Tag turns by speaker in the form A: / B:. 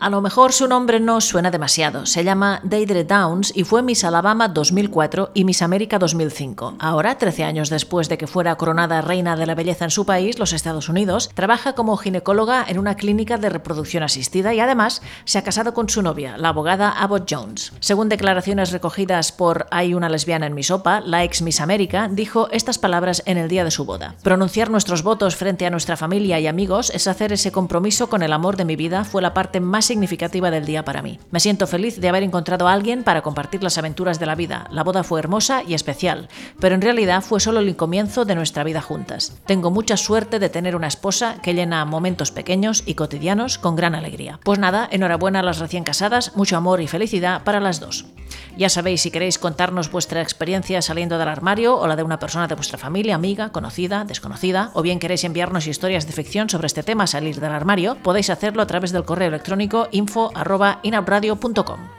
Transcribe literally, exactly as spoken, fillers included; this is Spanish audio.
A: A lo mejor su nombre no suena demasiado. Se llama Deirdre Downs y fue Miss Alabama dos mil cuatro y Miss América dos mil cinco. Ahora, trece años después de que fuera coronada reina de la belleza en su país, los Estados Unidos, trabaja como ginecóloga en una clínica de reproducción asistida y además se ha casado con su novia, la abogada Abbott Jones. Según declaraciones recogidas por Hay una lesbiana en mi sopa, la ex Miss América dijo estas palabras en el día de su boda. Pronunciar nuestros votos frente a nuestra familia y amigos es hacer ese compromiso con el amor de mi vida, fue la parte más significativa del día para mí. Me siento feliz de haber encontrado a alguien para compartir las aventuras de la vida. La boda fue hermosa y especial, pero en realidad fue solo el comienzo de nuestra vida juntas. Tengo mucha suerte de tener una esposa que llena momentos pequeños y cotidianos con gran alegría. Pues nada, enhorabuena a las recién casadas, mucho amor y felicidad para las dos. Ya sabéis, si queréis contarnos vuestra experiencia saliendo del armario o la de una persona de vuestra familia, amiga, conocida, desconocida, o bien queréis enviarnos historias de ficción sobre este tema, salir del armario, podéis hacerlo a través del correo electrónico info arroba inapradio punto com.